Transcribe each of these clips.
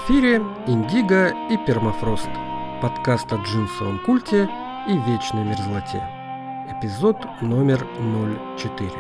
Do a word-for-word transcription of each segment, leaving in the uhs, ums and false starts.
эфире Индиго и Пермафрост. Подкаст о джинсовом культе и вечной мерзлоте. Эпизод номер ноль четыре.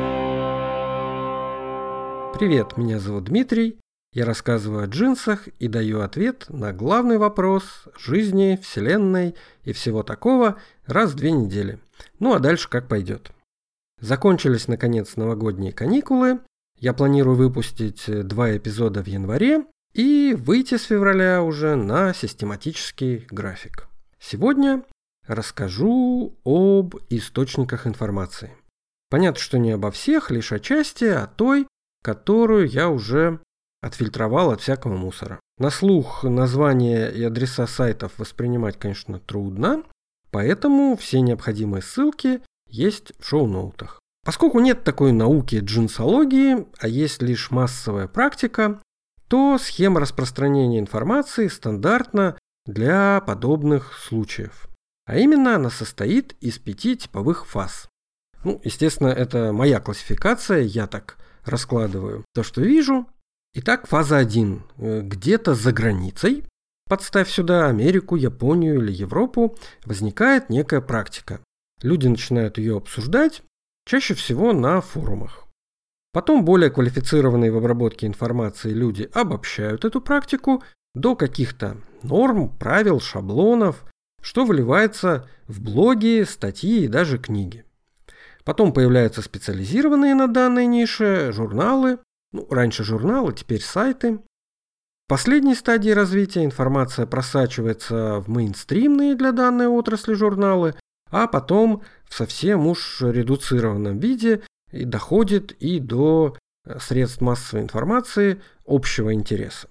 Привет, меня зовут Дмитрий. Я рассказываю о джинсах и даю ответ на главный вопрос жизни, вселенной и всего такого раз в две недели. Ну а дальше как пойдет. Закончились, наконец, новогодние каникулы. Я планирую выпустить два эпизода в январе и выйти с февраля уже на систематический график. Сегодня расскажу об источниках информации. Понятно, что не обо всех, лишь о части, о той, которую я уже отфильтровал от всякого мусора. На слух названия и адреса сайтов воспринимать, конечно, трудно, поэтому все необходимые ссылки есть в шоу-ноутах. Поскольку нет такой науки джинсологии, а есть лишь массовая практика, то схема распространения информации стандартна для подобных случаев. А именно, она состоит из пяти типовых фаз. Ну, естественно, это моя классификация, я так раскладываю то, что вижу. Итак, фаза один. Где-то за границей, подставь сюда Америку, Японию или Европу, возникает некая практика. Люди начинают ее обсуждать, чаще всего на форумах. Потом более квалифицированные в обработке информации люди обобщают эту практику до каких-то норм, правил, шаблонов, что выливается в блоги, статьи и даже книги. Потом появляются специализированные на данной нише журналы, ну, раньше журналы, теперь сайты. В последней стадии развития информация просачивается в мейнстримные для данной отрасли журналы, а потом в совсем уж редуцированном виде и доходит и до средств массовой информации общего интереса.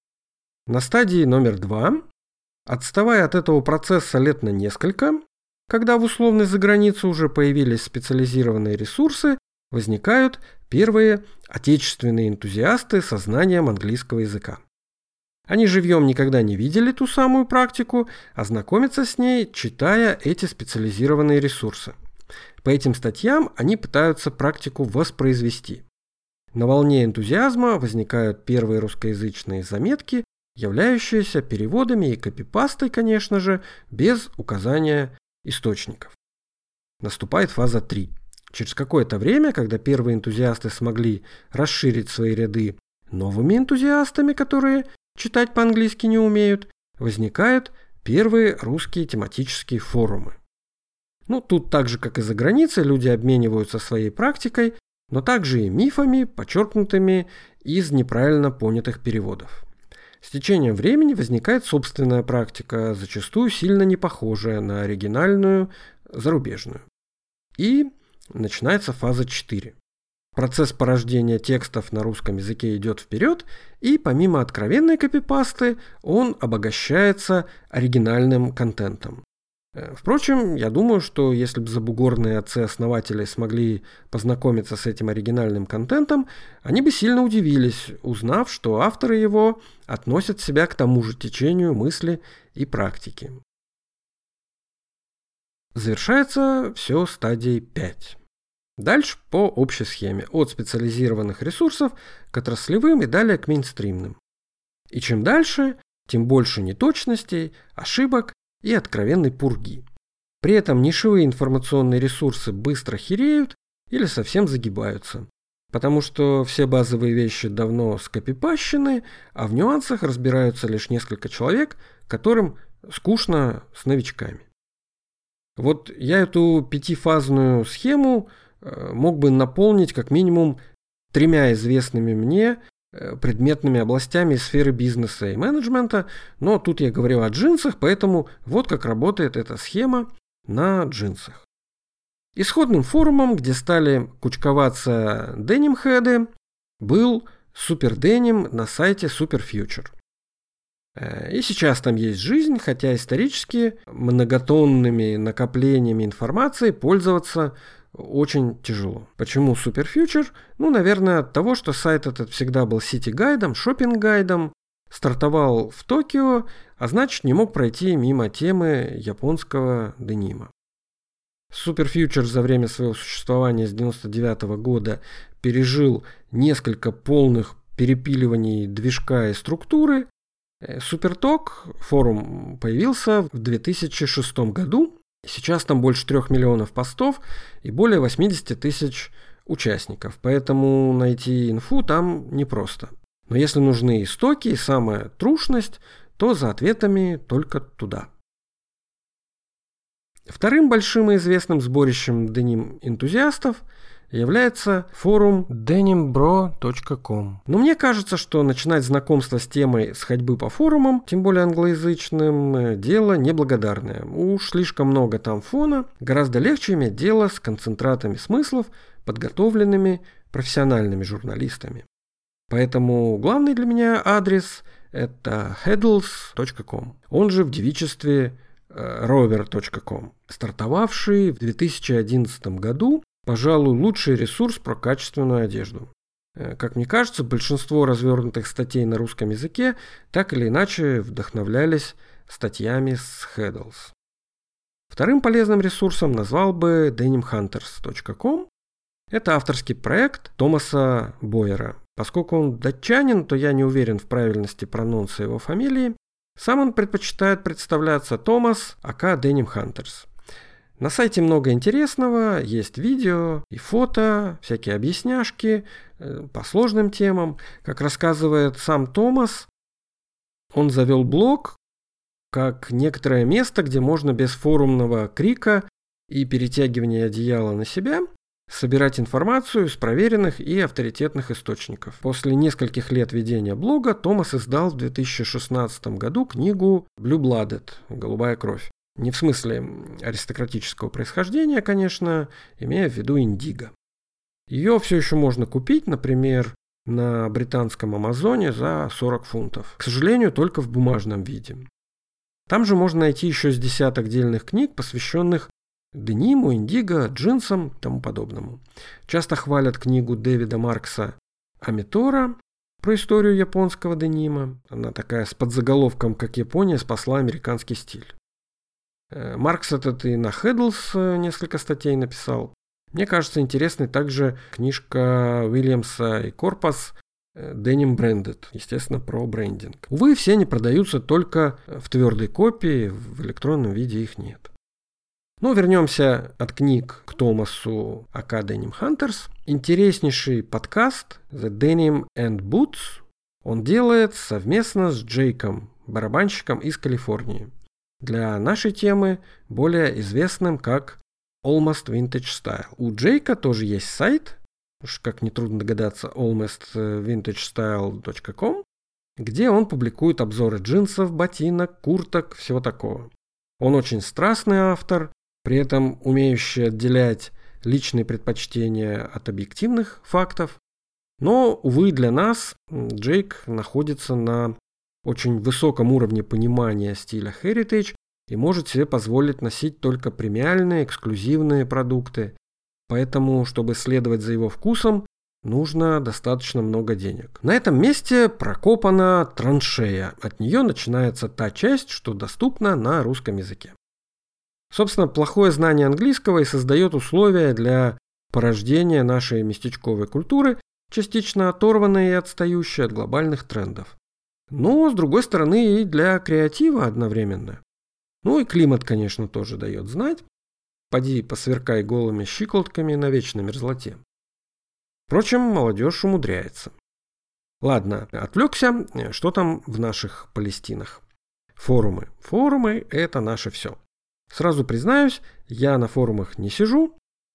На стадии номер два, отставая от этого процесса лет на несколько, когда в условной загранице уже появились специализированные ресурсы, возникают первые отечественные энтузиасты со знанием английского языка. Они живьем никогда не видели ту самую практику, а знакомятся с ней, читая эти специализированные ресурсы. По этим статьям они пытаются практику воспроизвести. На волне энтузиазма возникают первые русскоязычные заметки, являющиеся переводами и копипастой, конечно же, без указания источников. Наступает фаза три. Через какое-то время, когда первые энтузиасты смогли расширить свои ряды новыми энтузиастами, которые читать по-английски не умеют, возникают первые русские тематические форумы. Ну, тут так же, как и за границей, люди обмениваются своей практикой, но также и мифами, подчеркнутыми из неправильно понятых переводов. С течением времени возникает собственная практика, зачастую сильно не похожая на оригинальную зарубежную. И начинается фаза четыре. Процесс порождения текстов на русском языке идет вперед, и помимо откровенной копипасты, он обогащается оригинальным контентом. Впрочем, я думаю, что если бы забугорные отцы-основатели смогли познакомиться с этим оригинальным контентом, они бы сильно удивились, узнав, что авторы его относят себя к тому же течению мысли и практики. Завершается все стадией пять. Дальше по общей схеме, от специализированных ресурсов к отраслевым и далее к мейнстримным. И чем дальше, тем больше неточностей, ошибок и откровенной пурги. При этом нишевые информационные ресурсы быстро хереют или совсем загибаются, потому что все базовые вещи давно скопипащены, а в нюансах разбираются лишь несколько человек, которым скучно с новичками. Вот я эту пятифазную схему мог бы наполнить как минимум тремя известными мне предметными областями сферы бизнеса и менеджмента, но тут я говорю о джинсах, поэтому вот как работает эта схема на джинсах. Исходным форумом, где стали кучковаться деним-хеды, был суперденим на сайте Суперфьючер. И сейчас там есть жизнь, хотя исторически многотонными накоплениями информации пользоваться очень тяжело. Почему Суперфьючер? Ну, наверное, от того, что сайт этот всегда был сити-гайдом, шопинг-гайдом, стартовал в Токио, а значит не мог пройти мимо темы японского денима. Суперфьючер за время своего существования с девяносто девятого года пережил несколько полных перепиливаний движка и структуры, Суперток форум появился в две тысячи шестом году. Сейчас там больше трех миллионов постов и более восемьдесят тысяч участников. Поэтому найти инфу там непросто. Но если нужны истоки и самая трушность, то за ответами только туда. Вторым большим и известным сборищем деним-энтузиастов является форум деним бро точка ком. Но мне кажется, что начинать знакомство с темой с ходьбы по форумам, тем более англоязычным, дело неблагодарное. Уж слишком много там фона, гораздо легче иметь дело с концентратами смыслов, подготовленными профессиональными журналистами. Поэтому главный для меня адрес – это heddles точка ком, он же в девичестве rover точка ком, стартовавший в две тысячи одиннадцатом году, пожалуй, лучший ресурс про качественную одежду. Как мне кажется, большинство развернутых статей на русском языке так или иначе вдохновлялись статьями с Heddles. Вторым полезным ресурсом назвал бы деним хантерс точка ком. Это авторский проект Томаса Бойера. Поскольку он датчанин, то я не уверен в правильности прононса его фамилии. Сам он предпочитает представляться Томас, ака Denim Hunters. На сайте много интересного, есть видео и фото, всякие объясняшки э, по сложным темам. Как рассказывает сам Томас, он завел блог как некоторое место, где можно без форумного крика и перетягивания одеяла на себя собирать информацию с проверенных и авторитетных источников. После нескольких лет ведения блога Томас издал в две тысячи шестнадцатом году книгу Blue-Blooded – «Голубая кровь». Не в смысле аристократического происхождения, конечно, имея в виду индиго. Ее все еще можно купить, например, на британском Амазоне за сорок фунтов. К сожалению, только в бумажном виде. Там же можно найти еще с десяток отдельных книг, посвященных дениму, индиго, джинсам и тому подобному. Часто хвалят книгу Дэвида Маркса «Амитора» про историю японского денима. Она такая с подзаголовком «Как Япония спасла американский стиль». Маркс этот и на Heddles несколько статей написал. Мне кажется, интересной также книжка Уильямса и Корпас «Denim Branded», естественно, про брендинг. Увы, все они продаются только в твердой копии, в электронном виде их нет. Но вернемся от книг к Томасу, ака Denim Hunters. Интереснейший подкаст The Denim and Boots он делает совместно с Джейком, барабанщиком из Калифорнии. Для нашей темы более известным как Almost Vintage Style. У Джейка тоже есть сайт, уж как нетрудно догадаться, almost vintage style точка ком, где он публикует обзоры джинсов, ботинок, курток, всего такого. Он очень страстный автор, при этом умеющий отделять личные предпочтения от объективных фактов. Но, увы, для нас Джейк находится на очень высоком уровне понимания стиля Heritage и может себе позволить носить только премиальные, эксклюзивные продукты. Поэтому, чтобы следовать за его вкусом, нужно достаточно много денег. На этом месте прокопана траншея. От нее начинается та часть, что доступна на русском языке. Собственно, плохое знание английского и создает условия для порождения нашей местечковой культуры, частично оторванной и отстающей от глобальных трендов. Но, с другой стороны, и для креатива одновременно. Ну и климат, конечно, тоже дает знать. Поди посверкай голыми щиколотками на вечной мерзлоте. Впрочем, молодежь умудряется. Ладно, отвлекся. Что там в наших Палестинах? Форумы. Форумы – это наше все. Сразу признаюсь, я на форумах не сижу,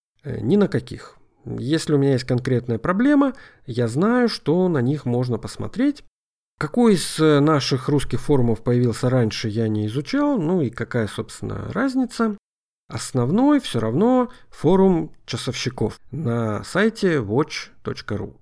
ни на каких. Если у меня есть конкретная проблема, я знаю, что на них можно посмотреть. Какой из наших русских форумов появился раньше, я не изучал, ну и какая, собственно, разница. Основной все равно форум часовщиков на сайте watch точка ру.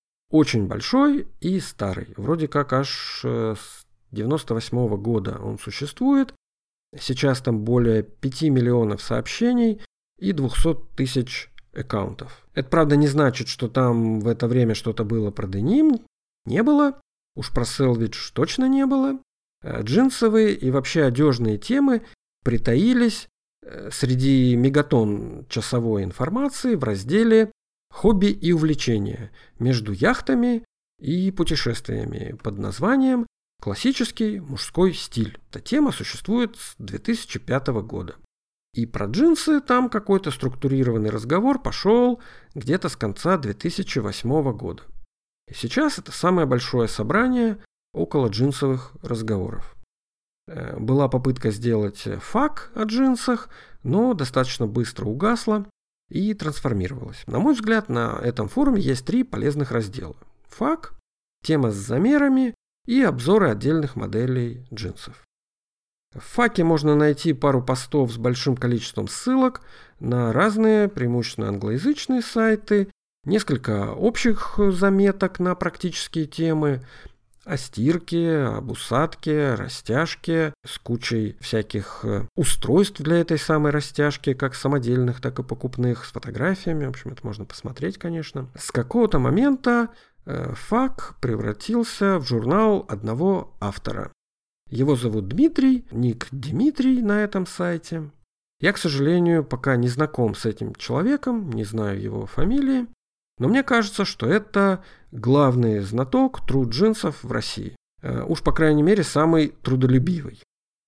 Очень большой и старый, вроде как аж с девяносто восьмого года он существует. Сейчас там более пяти миллионов сообщений и двухсот тысяч аккаунтов. Это, правда, не значит, что там в это время что-то было про деним. Не было. Уж про селвидж точно не было. Джинсовые и вообще одежные темы притаились среди мегатонн часовой информации в разделе «Хобби и увлечения» между яхтами и путешествиями под названием Классический мужской стиль. Эта тема существует с две тысячи пятого года. И про джинсы там какой-то структурированный разговор пошел где-то с конца две тысячи восьмого года. И сейчас это самое большое собрание около джинсовых разговоров. Была попытка сделать фак о джинсах, но достаточно быстро угасла и трансформировалась. На мой взгляд, на этом форуме есть три полезных раздела. Фак, тема с замерами и обзоры отдельных моделей джинсов. В факе можно найти пару постов с большим количеством ссылок на разные, преимущественно англоязычные сайты, несколько общих заметок на практические темы, о стирке, об усадке, растяжке, с кучей всяких устройств для этой самой растяжки, как самодельных, так и покупных, с фотографиями. В общем, это можно посмотреть, конечно. С какого-то момента фак превратился в журнал одного автора. Его зовут Дмитрий, ник Дмитрий на этом сайте. Я, к сожалению, пока не знаком с этим человеком, не знаю его фамилии, но мне кажется, что это главный знаток труд джинсов в России. Уж, по крайней мере, самый трудолюбивый.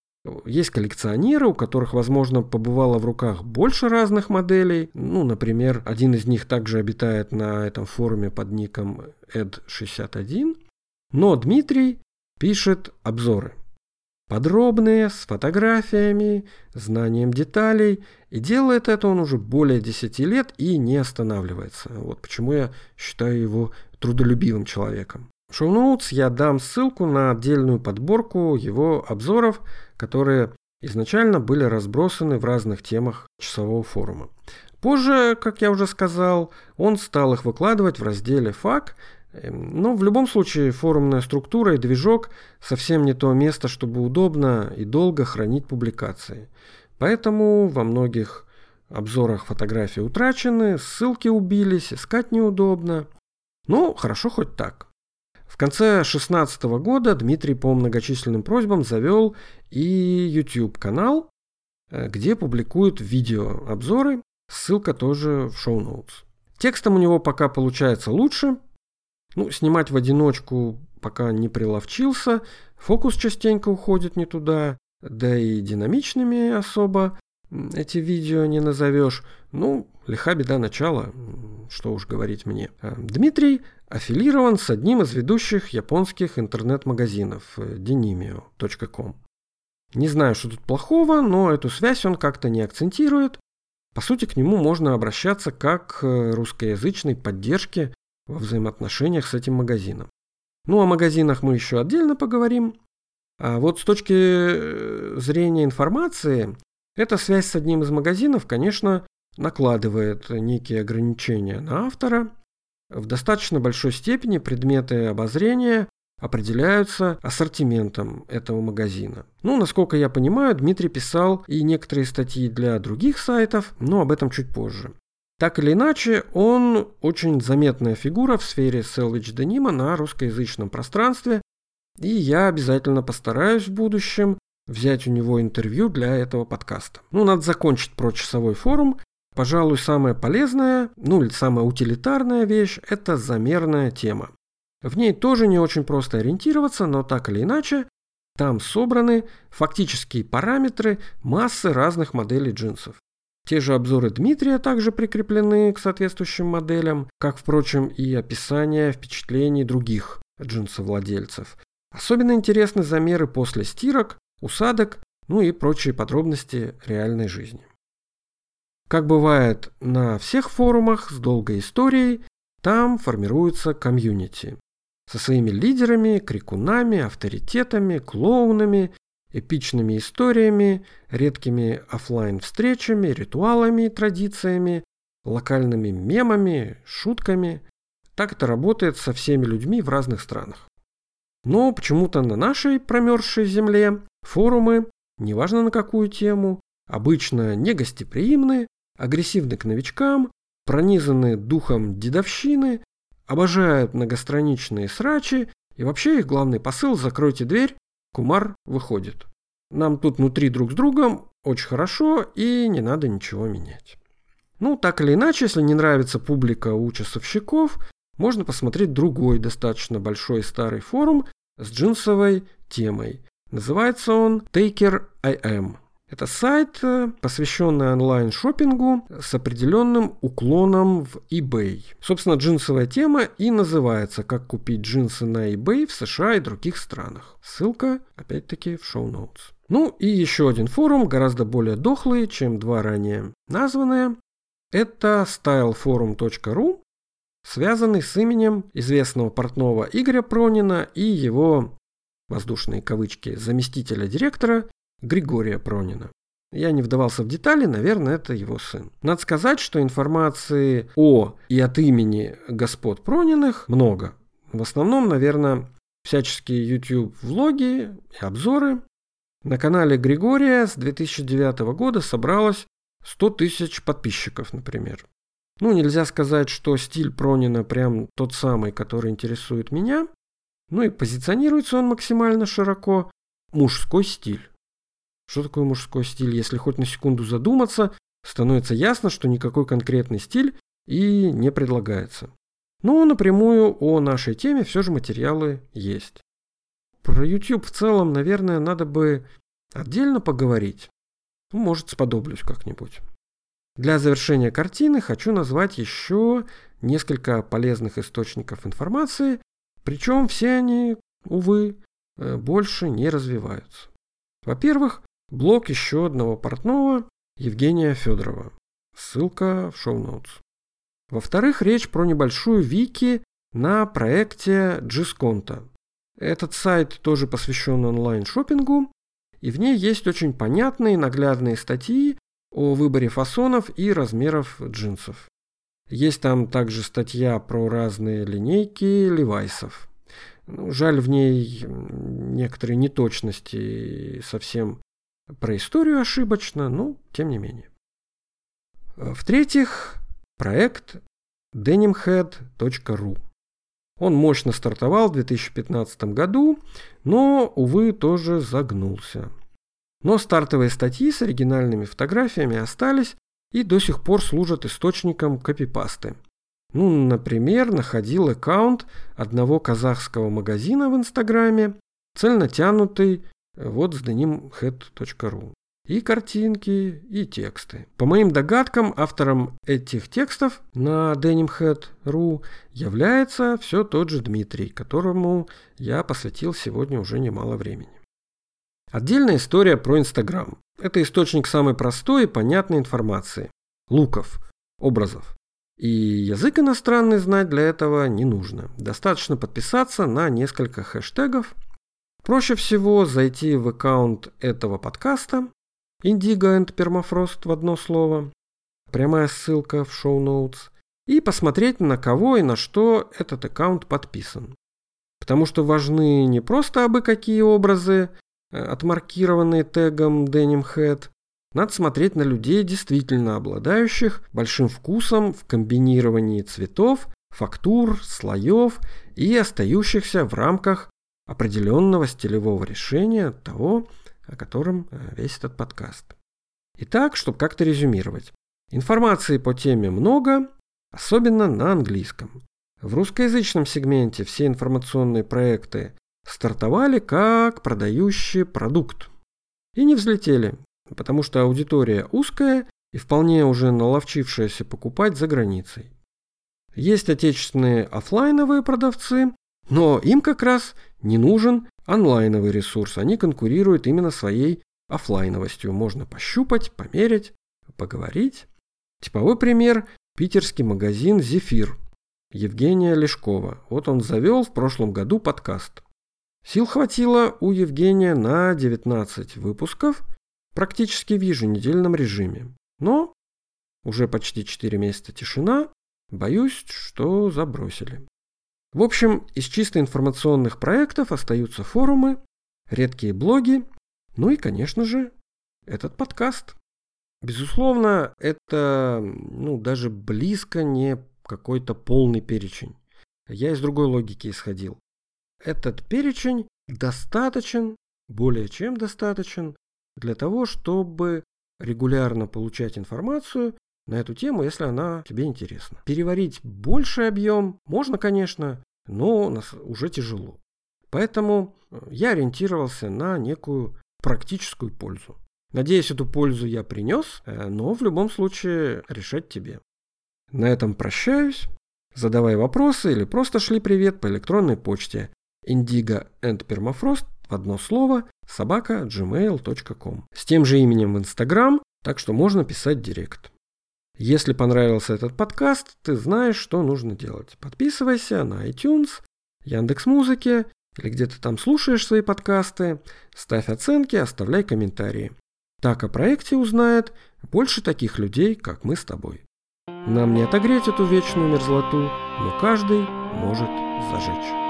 Есть коллекционеры, у которых, возможно, побывало в руках больше разных моделей. Ну, например, один из них также обитает на этом форуме под ником эд шестьдесят один. Но Дмитрий пишет обзоры. Подробные, с фотографиями, знанием деталей. И делает это он уже более десяти лет и не останавливается. Вот почему я считаю его трудолюбивым человеком. В шоу-ноутс я дам ссылку на отдельную подборку его обзоров, которые изначально были разбросаны в разных темах часового форума. Позже, как я уже сказал, он стал их выкладывать в разделе «Фак», но в любом случае форумная структура и движок совсем не то место, чтобы удобно и долго хранить публикации. Поэтому во многих обзорах фотографии утрачены, ссылки убились, искать неудобно. Ну, хорошо хоть так. В конце две тысячи шестнадцатого года Дмитрий по многочисленным просьбам завел и YouTube-канал, где публикует видеообзоры, ссылка тоже в шоу-ноутс. Текстом у него пока получается лучше. Ну, снимать в одиночку пока не приловчился, фокус частенько уходит не туда, да и динамичными особо эти видео не назовешь. Ну, лиха беда начала, что уж говорить мне. Дмитрий аффилирован с одним из ведущих японских интернет-магазинов денимио точка ком. Не знаю, что тут плохого, но эту связь он как-то не акцентирует. По сути, к нему можно обращаться как к русскоязычной поддержке во взаимоотношениях с этим магазином. Ну, о магазинах мы еще отдельно поговорим. А вот с точки зрения информации, эта связь с одним из магазинов, конечно, накладывает некие ограничения на автора. В достаточно большой степени предметы обозрения определяются ассортиментом этого магазина. Ну, насколько я понимаю, Дмитрий писал и некоторые статьи для других сайтов, но об этом чуть позже. Так или иначе, он очень заметная фигура в сфере Salvage Denim на русскоязычном пространстве, и я обязательно постараюсь в будущем взять у него интервью для этого подкаста. Ну, надо закончить про часовой форум. Пожалуй, самая полезная, ну или самая утилитарная вещь – это замерная тема. В ней тоже не очень просто ориентироваться, но так или иначе, там собраны фактические параметры массы разных моделей джинсов. Те же обзоры Дмитрия также прикреплены к соответствующим моделям, как, впрочем, и описание впечатлений других джинсовладельцев. Особенно интересны замеры после стирок, усадок, ну и прочие подробности реальной жизни. Как бывает на всех форумах с долгой историей, там формируется комьюнити со своими лидерами, крикунами, авторитетами, клоунами, эпичными историями, редкими офлайн-встречами, ритуалами, традициями, локальными мемами, шутками. Так это работает со всеми людьми в разных странах. Но почему-то на нашей промерзшей земле форумы, неважно на какую тему, обычно негостеприимны, агрессивны к новичкам, пронизаны духом дедовщины, обожают многостраничные срачи, и вообще их главный посыл «закройте дверь», кумар выходит. Нам тут внутри друг с другом очень хорошо и не надо ничего менять. Ну, так или иначе, если не нравится публика у часовщиков, можно посмотреть другой достаточно большой старый форум с джинсовой темой. Называется он Taker I Am. Это сайт, посвященный онлайн-шоппингу с определенным уклоном в eBay. Собственно, джинсовая тема и называется «Как купить джинсы на eBay в США и других странах». Ссылка, опять-таки, в шоу-ноутс. Ну и еще один форум, гораздо более дохлый, чем два ранее названные. Это стайл форум точка ру, связанный с именем известного портного Игоря Пронина и его, воздушные кавычки, заместителя директора Григория Пронина. Я не вдавался в детали, наверное, это его сын. Надо сказать, что информации о и от имени господ Прониных много. В основном, наверное, всяческие YouTube-влоги и обзоры. На канале Григория с две тысячи девятого года собралось сто тысяч подписчиков, например. Ну, нельзя сказать, что стиль Пронина прям тот самый, который интересует меня. Ну и позиционируется он максимально широко. Мужской стиль. Что такое мужской стиль? Если хоть на секунду задуматься, становится ясно, что никакой конкретный стиль и не предлагается. Но напрямую о нашей теме все же материалы есть. Про YouTube в целом, наверное, надо бы отдельно поговорить. Ну, может, сподоблюсь как-нибудь. Для завершения картины хочу назвать еще несколько полезных источников информации, причем все они, увы, больше не развиваются. Во-первых, блог еще одного портного Евгения Федорова. Ссылка в шоу-ноутс. Во-вторых, речь про небольшую вики на проекте Джисконта. Этот сайт тоже посвящен онлайн-шоппингу, и в ней есть очень понятные наглядные статьи о выборе фасонов и размеров джинсов. Есть там также статья про разные линейки левайсов. Ну, жаль, в ней некоторые неточности совсем про историю ошибочно, но тем не менее. В-третьих, проект денимхед точка ру. Он мощно стартовал в две тысячи пятнадцатом году, но, увы, тоже загнулся. Но стартовые статьи с оригинальными фотографиями остались и до сих пор служат источником копипасты. Ну, например, находил аккаунт одного казахского магазина в Инстаграме, цельнотянутый вот с денимхед точка ру. И картинки, и тексты. По моим догадкам, автором этих текстов на денимхед точка ру является все тот же Дмитрий, которому я посвятил сегодня уже немало времени. Отдельная история про Инстаграм. Это источник самой простой и понятной информации. Луков, образов. И язык иностранный знать для этого не нужно. Достаточно подписаться на несколько хэштегов. Проще всего зайти в аккаунт этого подкаста Indigo and Permafrost в одно слово, прямая ссылка в шоу-ноутс, и посмотреть, на кого и на что этот аккаунт подписан. Потому что важны не просто абы какие образы, отмаркированные тегом денимхед. Надо смотреть на людей, действительно обладающих большим вкусом в комбинировании цветов, фактур, слоев и остающихся в рамках определенного стилевого решения того, о котором весь этот подкаст. Итак, чтобы как-то резюмировать. Информации по теме много, особенно на английском. В русскоязычном сегменте все информационные проекты стартовали как продающий продукт. И не взлетели, потому что аудитория узкая и вполне уже наловчившаяся покупать за границей. Есть отечественные офлайновые продавцы, но им как раз не нужен онлайновый ресурс. Они конкурируют именно своей офлайновостью. Можно пощупать, померить, поговорить. Типовой пример – питерский магазин «Зефир» Евгения Лешкова. Вот он завел в прошлом году подкаст. Сил хватило у Евгения на девятнадцать выпусков, практически в еженедельном режиме. Но уже почти четыре месяца тишина, боюсь, что забросили. В общем, из чисто информационных проектов остаются форумы, редкие блоги, ну и, конечно же, этот подкаст. Безусловно, это ну, даже близко не какой-то полный перечень. Я из другой логики исходил. Этот перечень достаточен, более чем достаточен, для того, чтобы регулярно получать информацию на эту тему, если она тебе интересна. Переварить больший объем можно, конечно, но уже тяжело. Поэтому я ориентировался на некую практическую пользу. Надеюсь, эту пользу я принес, но в любом случае решать тебе. На этом прощаюсь. Задавай вопросы или просто шли привет по электронной почте indigo and permafrost в одно слово собака джимейл точка ком с тем же именем в Инстаграм, так что можно писать директ. Если понравился этот подкаст, ты знаешь, что нужно делать. Подписывайся на iTunes, Яндекс.Музыке или где ты там слушаешь свои подкасты, ставь оценки, оставляй комментарии. Так о проекте узнает больше таких людей, как мы с тобой. Нам не отогреть эту вечную мерзлоту, но каждый может зажечь.